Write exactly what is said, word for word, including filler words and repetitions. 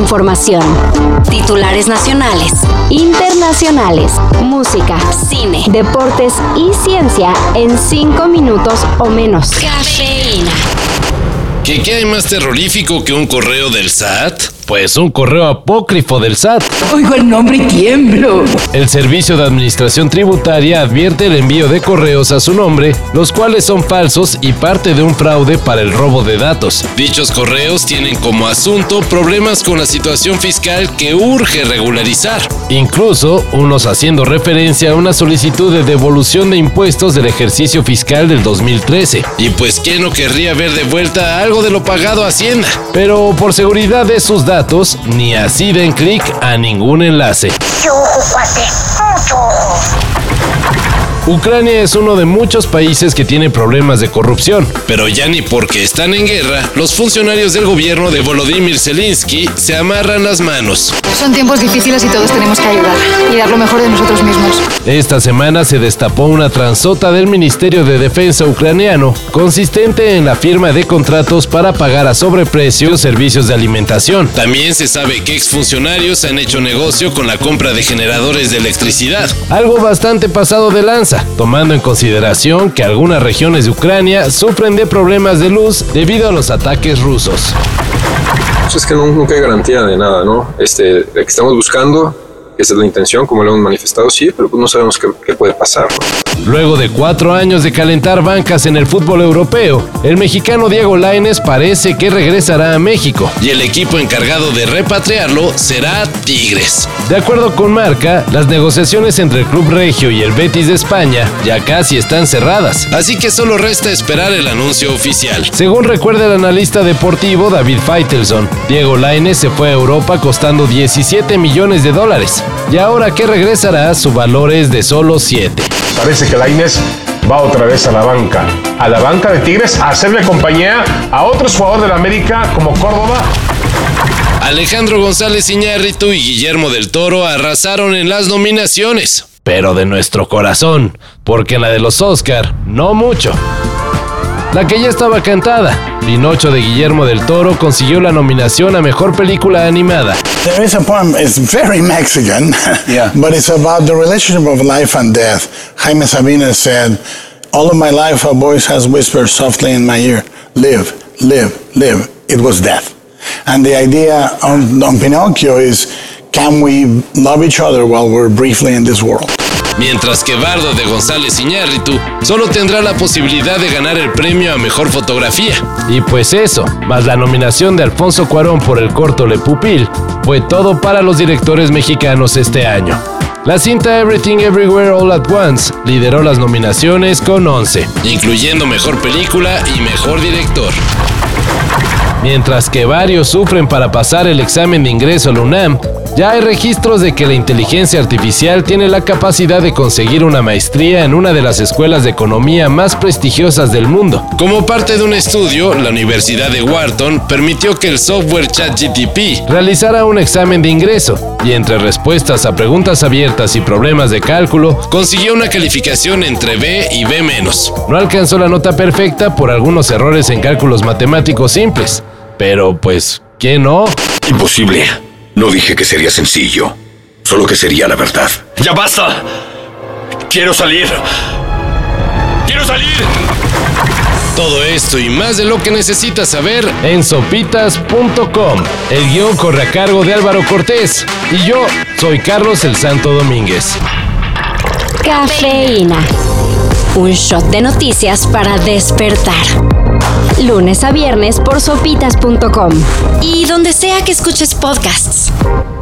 información. Titulares nacionales, internacionales, música, cine, deportes y ciencia en cinco minutos o menos. Cafeína. ¿Qué, qué hay más terrorífico que un correo del S A T? Pues un correo apócrifo del S A T. Oigo el nombre y tiemblo. El Servicio de Administración Tributaria advierte el envío de correos a su nombre, los cuales son falsos y parte de un fraude para el robo de datos. Dichos correos tienen como asunto problemas con la situación fiscal que urge regularizar. Incluso unos haciendo referencia a una solicitud de devolución de impuestos del ejercicio fiscal del dos mil trece. Y pues ¿quién no querría ver de vuelta algo de lo pagado a Hacienda? Pero por seguridad de sus datos, datos, ni así den clic a ningún enlace. Ucrania es uno de muchos países que tiene problemas de corrupción. Pero ya ni porque están en guerra, los funcionarios del gobierno de Volodymyr Zelensky se amarran las manos. Son tiempos difíciles y todos tenemos que ayudar y dar lo mejor de nosotros mismos. Esta semana se destapó una transota del Ministerio de Defensa ucraniano, consistente en la firma de contratos para pagar a sobreprecio servicios de alimentación. También se sabe que exfuncionarios han hecho negocio con la compra de generadores de electricidad. Algo bastante pasado de lanza, tomando en consideración que algunas regiones de Ucrania sufren de problemas de luz debido a los ataques rusos. Es que nunca hay garantía de nada, ¿no? Este, de que estamos buscando, que esa es la intención, como lo hemos manifestado, sí, pero pues no sabemos qué, qué puede pasar, ¿no? Luego de cuatro años de calentar bancas en el fútbol europeo, el mexicano Diego Lainez parece que regresará a México. Y el equipo encargado de repatriarlo será Tigres. De acuerdo con Marca, las negociaciones entre el Club Regio y el Betis de España ya casi están cerradas. Así que solo resta esperar el anuncio oficial. Según recuerda el analista deportivo David Faitelson, Diego Lainez se fue a Europa costando diecisiete millones de dólares. Y ahora que regresará, su valor es de solo siete. Parece que Lainez va otra vez a la banca, a la banca de Tigres, a hacerle compañía a otros jugadores de la América como Córdoba. Alejandro González Iñárritu y Guillermo del Toro arrasaron en las nominaciones. Pero de nuestro corazón, porque en la de los Oscar, no mucho. La que ya estaba cantada, Pinocho de Guillermo del Toro consiguió la nominación a Mejor Película Animada. There is a poem, it's very Mexican, yeah. But it's about the relationship of life and death. Jaime Sabina said, all of my life a voice has whispered softly in my ear, live, live, live. It was death. And the idea on, on Pinocchio is, can we love each other while we're briefly in this world? Mientras que Bardo de González Iñárritu solo tendrá la posibilidad de ganar el premio a Mejor Fotografía. Y pues eso, más la nominación de Alfonso Cuarón por el corto Le Pupil, fue todo para los directores mexicanos este año. La cinta Everything Everywhere All at Once lideró las nominaciones con once, incluyendo Mejor Película y Mejor Director. Mientras que varios sufren para pasar el examen de ingreso al UNAM, ya hay registros de que la inteligencia artificial tiene la capacidad de conseguir una maestría en una de las escuelas de economía más prestigiosas del mundo. Como parte de un estudio, la Universidad de Wharton permitió que el software ChatGPT realizara un examen de ingreso y entre respuestas a preguntas abiertas y problemas de cálculo, consiguió una calificación entre B y B menos. No alcanzó la nota perfecta por algunos errores en cálculos matemáticos simples, pero pues, ¿qué no? Imposible. No dije que sería sencillo, solo que sería la verdad. ¡Ya basta! ¡Quiero salir! ¡Quiero salir! Todo esto y más de lo que necesitas saber en sopitas punto com. El guión corre a cargo de Álvaro Cortés y yo soy Carlos el Santo Domínguez. Cafeína. Un shot de noticias para despertar. Lunes a viernes por sopitas punto com y donde sea que escuches podcasts.